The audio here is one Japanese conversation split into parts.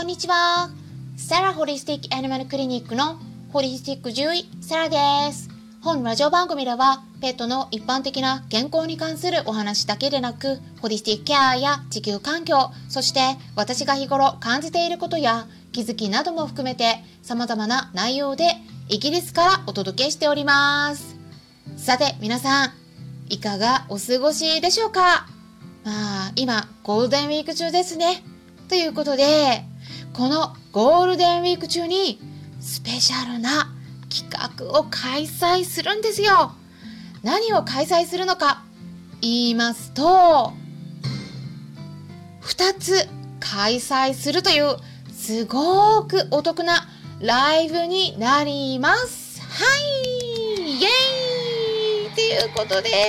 にちは。サラホリスティックアニマルクリニックのホリスティック獣医サラです。本ラジオ番組ではペットの一般的な健康に関するお話だけでなく、ホリスティックケアや地球環境、そして私が日頃感じていることや気づきなども含めて様々な内容でイギリスからお届けしております。さて皆さん、いかがお過ごしでしょうか？今ゴールデンウィーク中ですね。ということで、このゴールデンウィーク中にスペシャルな企画を開催するんですよ。何を開催するのか言いますと、2つ開催するというすごくお得なライブになります。はい、イエーイということで、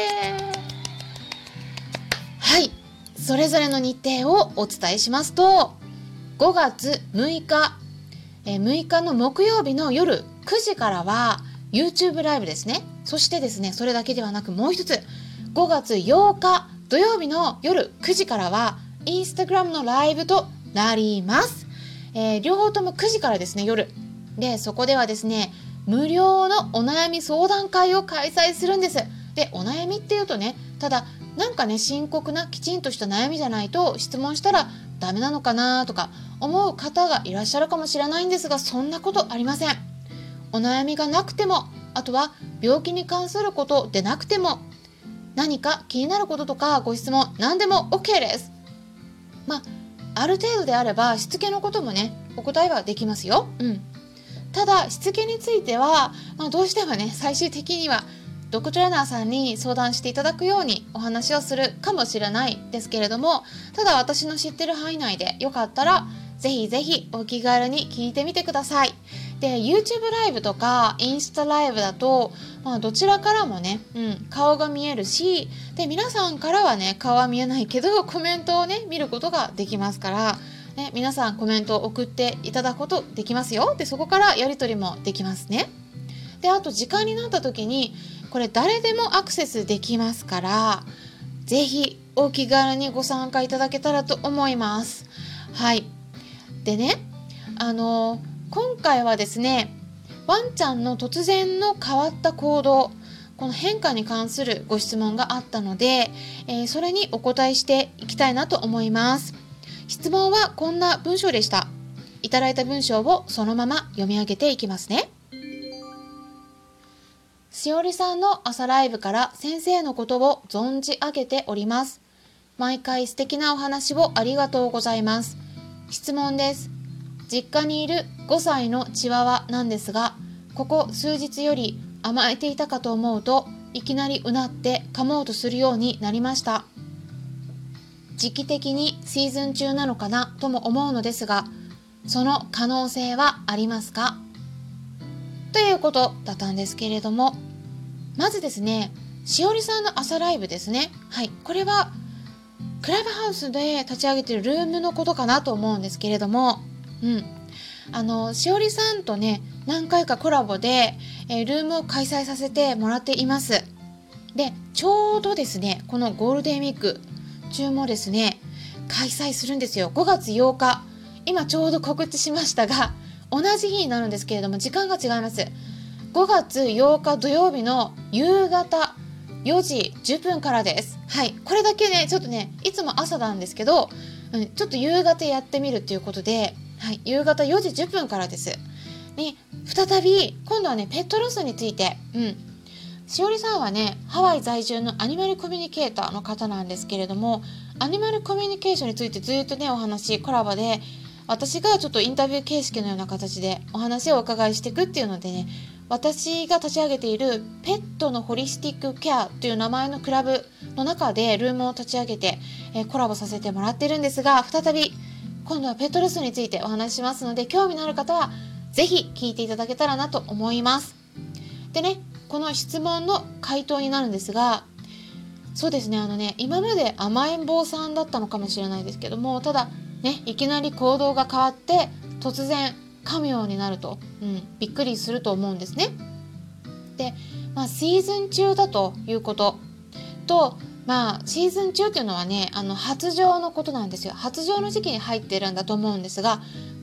はい、それぞれの日程をお伝えしますと、5月6日、6日の木曜日の夜9時からは YouTube ライブですね。そしてですね、それだけではなくもう一つ、5月8日土曜日の夜9時からは Instagram のライブとなります。両方とも9時からですね、夜。で、そこではですね、無料のお悩み相談会を開催するんです。で、お悩みっていうとね、ただなんかね、深刻なきちんとした悩みじゃないと質問したらダメなのかなとか思う方がいらっしゃるかもしれないんですが、そんなことありません。お悩みがなくても、あとは病気に関することでなくても、何か気になることとかご質問何でも OK です。ある程度であればしつけのこともね、お答えはできますよ。ただしつけについては、どうしてもね、最終的にはドッグトレーナーさんに相談していただくようにお話をするかもしれないですけれども、ただ私の知ってる範囲内でよかったらぜひぜひお気軽に聞いてみてください。で、YouTube ライブとかインスタライブだと、どちらからもね、顔が見えるし、で、皆さんからはね、顔は見えないけどコメントをね、見ることができますから、ね、皆さんコメントを送っていただくことできますよ。で、そこからやり取りもできますね。で、あと時間になった時にこれ誰でもアクセスできますから、ぜひお気軽にご参加いただけたらと思います。はい。でね、今回はですね、ワンちゃんの突然の変わった行動、この変化に関するご質問があったので、それにお答えしていきたいなと思います。質問はこんな文章でした。いただいた文章をそのまま読み上げていきますね。しおりさんの朝ライブから先生のことを存じ上げております。毎回素敵なお話をありがとうございます。質問です。実家にいる5歳のチワワなんですが、ここ数日より甘えていたかと思うと、いきなりうなって噛もうとするようになりました。時期的にシーズン中なのかなとも思うのですが、その可能性はありますか？ということだったんですけれども、まずですね、しおりさんの朝ライブですね。はい、これはクラブハウスで立ち上げているルームのことかなと思うんですけれども、しおりさんとね、何回かコラボで、ルームを開催させてもらっています。で、ちょうどですね、このゴールデンウィーク中もですね、開催するんですよ。5月8日。今ちょうど告知しましたが、同じ日になるんですけれども、時間が違います。5月8日土曜日の夕方4時10分からです。はい。これだけね、ちょっとね、いつも朝なんですけど、ちょっと夕方やってみるっていうことで、はい、夕方4時10分からです。に、再び、今度はね、ペットロスについて、しおりさんはね、ハワイ在住のアニマルコミュニケーターの方なんですけれども、アニマルコミュニケーションについてずっとね、お話、コラボで、私がちょっとインタビュー形式のような形でお話をお伺いしていくっていうのでね、私が立ち上げているペットのホリスティックケアという名前のクラブの中でルームを立ち上げて、コラボさせてもらってるんですが、再び今度はペットロスについてお話ししますので、興味のある方はぜひ聞いていただけたらなと思います。でね、この質問の回答になるんですが、そうですね、今まで甘えん坊さんだったのかもしれないですけども、ただね、いきなり行動が変わって突然噛むようになると、びっくりすると思うんですね。で、シーズン中だということと、シーズン中っていうのはね、発情のことなんですよ。発情の時期に入ってるんだと思うんですが、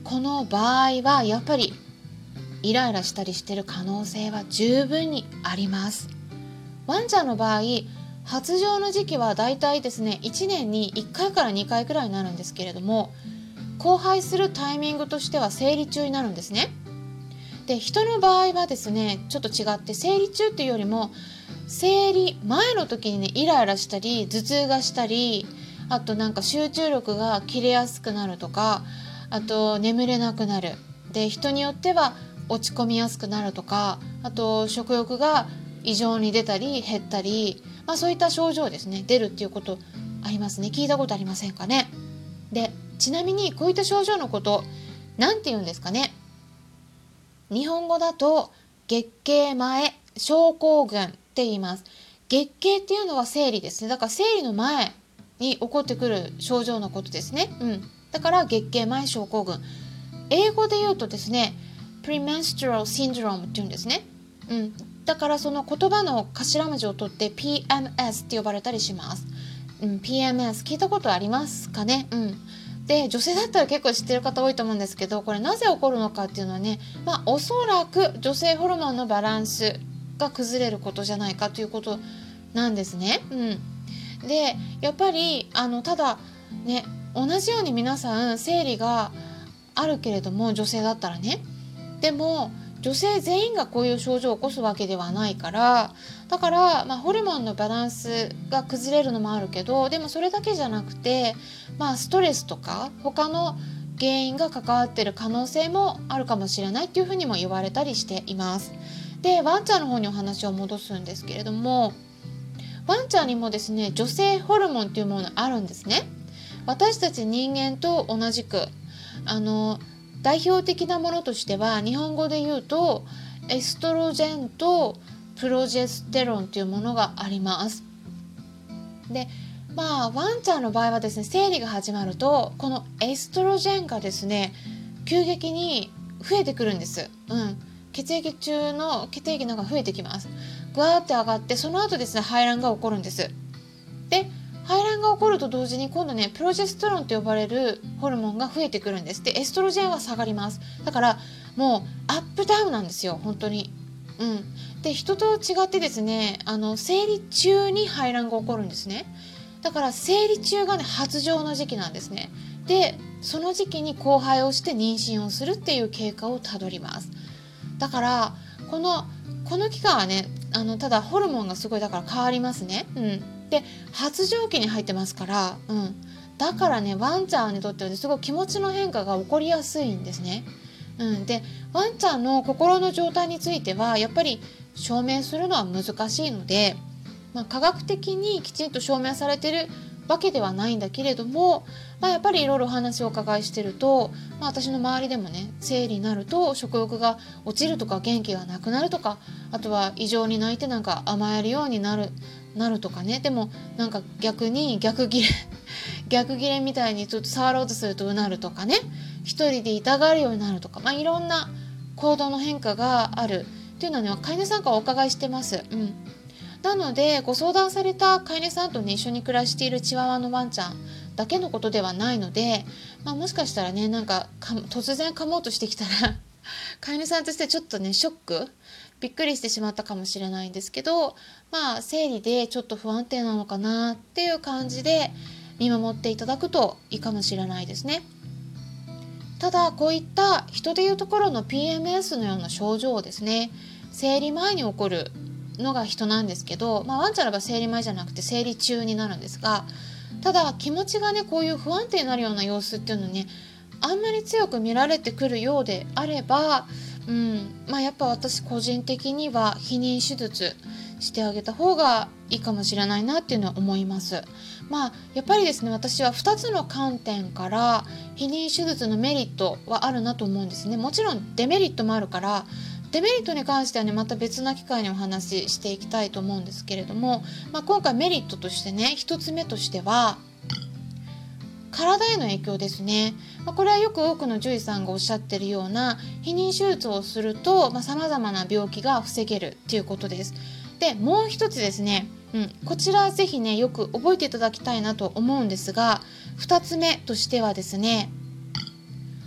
この場合はやっぱりイライラしたりしてる可能性は十分にあります。ワンちゃんの場合、発情の時期はだいたいですね、1年に1回から2回くらいになるんですけれども、交配するタイミングとしては生理中になるんですね。で、人の場合はですね、ちょっと違って、生理中っていうよりも生理前の時にね、イライラしたり頭痛がしたり、あとなんか集中力が切れやすくなるとか、あと眠れなくなる、で人によっては落ち込みやすくなるとか、あと食欲が異常に出たり減ったり、そういった症状ですね、出るっていうことありますね。聞いたことありませんかね。で、ちなみにこういった症状のことなんて言うんですかね。日本語だと月経前症候群って言います。月経っていうのは生理ですね。だから生理の前に起こってくる症状のことですね。だから月経前症候群。英語で言うとですね、premenstrual syndrome って言うんですね。だからその言葉の頭文字を取って PMS って呼ばれたりします。PMS 聞いたことありますかね。で、女性だったら結構知ってる方多いと思うんですけど、これなぜ起こるのかっていうのはね、おそらく女性ホルモンのバランスが崩れることじゃないかということなんですね。で、やっぱりただね、同じように皆さん生理があるけれども、女性だったらね、でも女性全員がこういう症状を起こすわけではないから、だから、ホルモンのバランスが崩れるのもあるけど、でもそれだけじゃなくて、ストレスとか他の原因が関わっている可能性もあるかもしれないっていうふうにも言われたりしています。で、ワンちゃんの方にお話を戻すんですけれども、ワンちゃんにもですね、女性ホルモンっていうものがあるんですね。私たち人間と同じく代表的なものとしては、日本語で言うとエストロジェンとプロジェステロンというものがあります。で、ワンちゃんの場合はですね、生理が始まるとこのエストロジェンがですね、急激に増えてくるんです。血液中の血液のが増えてきます。ぐわーって上がって、その後ですね、排卵が起こるんです。で、排卵が起こると同時に今度ね、プロジェステロンと呼ばれるホルモンが増えてくるんです。で、エストロジェンは下がります。だからもうアップダウンなんですよ、本当に。で、人と違ってですね、生理中に排卵が起こるんですね。だから生理中がね、発情の時期なんですね。で、その時期に交配をして妊娠をするっていう経過をたどります。だからこの期間はね、ただホルモンがすごいだから変わりますね。で、発情期に入ってますから、だからね、ワンちゃんにとっては、ね、すごい気持ちの変化が起こりやすいんですね。で、ワンちゃんの心の状態についてはやっぱり証明するのは難しいので、科学的にきちんと証明されてるわけではないんだけれども、やっぱりいろいろお話をお伺いしてると、私の周りでもね、生理になると食欲が落ちるとか元気がなくなるとか、あとは異常に泣いてなんか甘えるようになるとかね。でもなんか逆に逆ギレみたいにちょっと触ろうとするとうなるとかね、一人で痛がるようになるとか、いろんな行動の変化があるっていうのはね、飼い主さんからお伺いしてます。なので、ご相談された飼い主さんとね、一緒に暮らしているチワワのワンちゃんだけのことではないので、もしかしたらね、なんか突然噛もうとしてきたら飼い主さんとしてちょっとね、ショック、びっくりしてしまったかもしれないんですけど、生理でちょっと不安定なのかなっていう感じで見守っていただくといいかもしれないですね。ただ、こういった人でいうところの PMS のような症状をですね、生理前に起こるのが人なんですけど、ワンちゃんの場合生理前じゃなくて生理中になるんですが、ただ気持ちがね、こういう不安定になるような様子っていうのね、あんまり強く見られてくるようであれば、やっぱ私個人的には避妊手術してあげた方がいいかもしれないなっていうのは思います。やっぱりですね、私は2つの観点から避妊手術のメリットはあるなと思うんですね。もちろんデメリットもあるから、デメリットに関してはね、また別な機会にお話ししていきたいと思うんですけれども、今回メリットとしてね、1つ目としては体への影響ですね。これはよく多くの獣医さんがおっしゃっているような、避妊手術をするとさまざまな病気が防げるっていうことです。で、もう一つですね、こちらぜひね、よく覚えていただきたいなと思うんですが、2つ目としてはですね、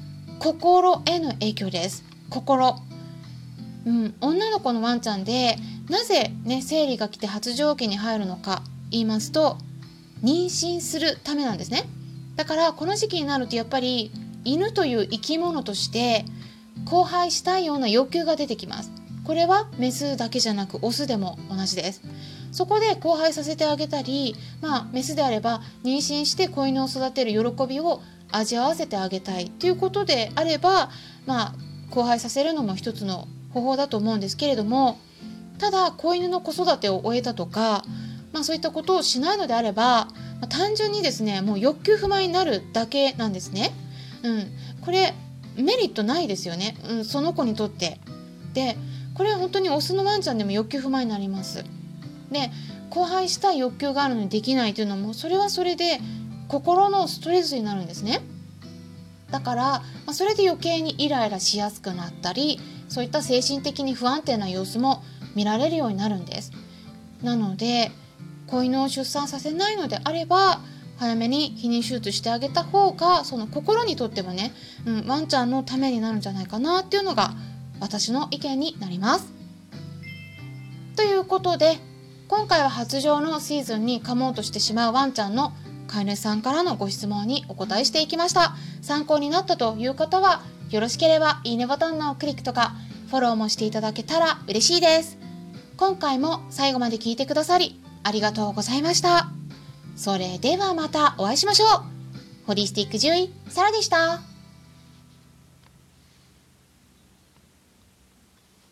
心への影響です。心。女の子のワンちゃんでなぜね生理が来て発情期に入るのか言いますと、妊娠するためなんですね。だからこの時期になるとやっぱり犬という生き物として交配したいような欲求が出てきます。これはメスだけじゃなくオスでも同じです。そこで交配させてあげたり、メスであれば妊娠して子犬を育てる喜びを味わわせてあげたいということであれば、交配させるのも一つの方法だと思うんですけれども、ただ子犬の子育てを終えたとか、そういったことをしないのであれば、単純にですねもう欲求不満になるだけなんですね。これメリットないですよね、その子にとって。でこれは本当にオスのワンちゃんでも欲求不満になります。で交配したい欲求があるのにできないというのもそれはそれで心のストレスになるんですね。だから、それで余計にイライラしやすくなったり、そういった精神的に不安定な様子も見られるようになるんです。なので子犬を出産させないのであれば早めに避妊手術してあげた方がその心にとってもね、ワンちゃんのためになるんじゃないかなっていうのが私の意見になります。ということで今回は発情のシーズンに噛もうとしてしまうワンちゃんの飼い主さんからのご質問にお答えしていきました。参考になったという方はよろしければいいねボタンのクリックとかフォローもしていただけたら嬉しいです。今回も最後まで聞いてくださりありがとうございました。それではまたお会いしましょう。ホリスティック獣医サラでした。